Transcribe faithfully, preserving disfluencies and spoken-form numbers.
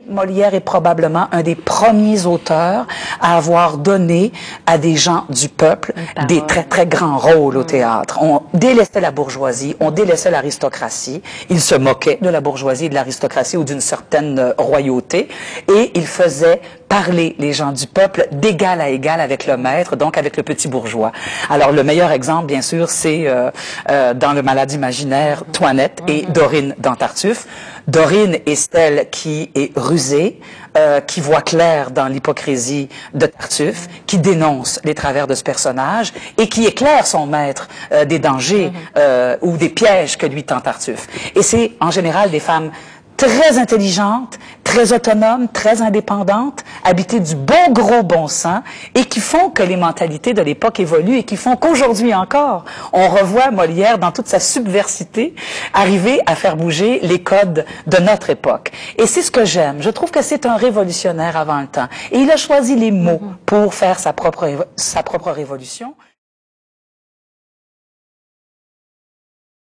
Molière est probablement un des premiers auteurs à avoir donné à des gens du peuple des très très grands rôles au théâtre. On délaissait la bourgeoisie, on délaissait l'aristocratie, il se moquait de la bourgeoisie et de l'aristocratie ou d'une certaine royauté et il faisait parler les gens du peuple d'égal à égal avec le maître, donc avec le petit bourgeois. Alors le meilleur exemple, bien sûr, c'est euh, euh, dans Le Malade imaginaire, Toinette et Dorine dans Tartuffe. Dorine est celle qui est rusée, euh, qui voit clair dans l'hypocrisie de Tartuffe, qui dénonce les travers de ce personnage et qui éclaire son maître euh, des dangers euh, ou des pièges que lui tend Tartuffe. Et c'est en général des femmes très intelligentes, très autonomes, très indépendantes, habitées du bon gros bon sens et qui font que les mentalités de l'époque évoluent et qui font qu'aujourd'hui encore, on revoit Molière dans toute sa subversité arriver à faire bouger les codes de notre époque. Et c'est ce que j'aime. Je trouve que c'est un révolutionnaire avant le temps. Et il a choisi les mots pour faire sa propre, sa propre révolution.